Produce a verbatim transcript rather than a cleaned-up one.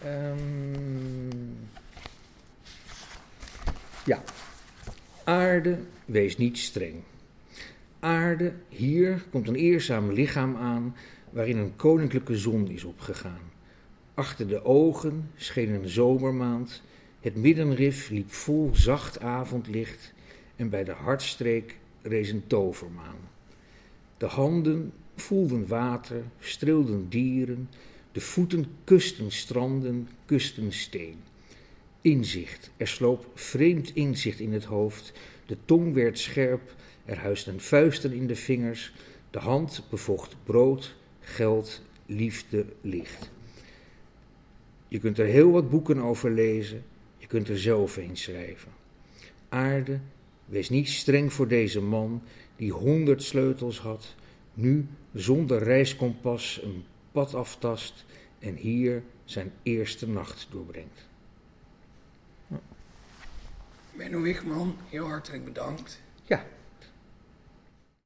Um, ja. Aarde, wees niet streng. Aarde, hier komt een eerzaam lichaam aan, waarin een koninklijke zon is opgegaan. Achter de ogen scheen een zomermaand, het middenrif liep vol zacht avondlicht en bij de hartstreek rees een tovermaan. De handen voelden water, streelden dieren, de voeten kusten stranden, kusten steen. Inzicht, er sloop vreemd inzicht in het hoofd, de tong werd scherp, er huisden vuisten in de vingers, de hand bevocht brood, geld, liefde, licht. Je kunt er heel wat boeken over lezen, je kunt er zelf een schrijven. Aarde, wees niet streng voor deze man die honderd sleutels had, nu zonder reiskompas een pad aftast en hier zijn eerste nacht doorbrengt. Menno Wichman, heel hartelijk bedankt. Ja.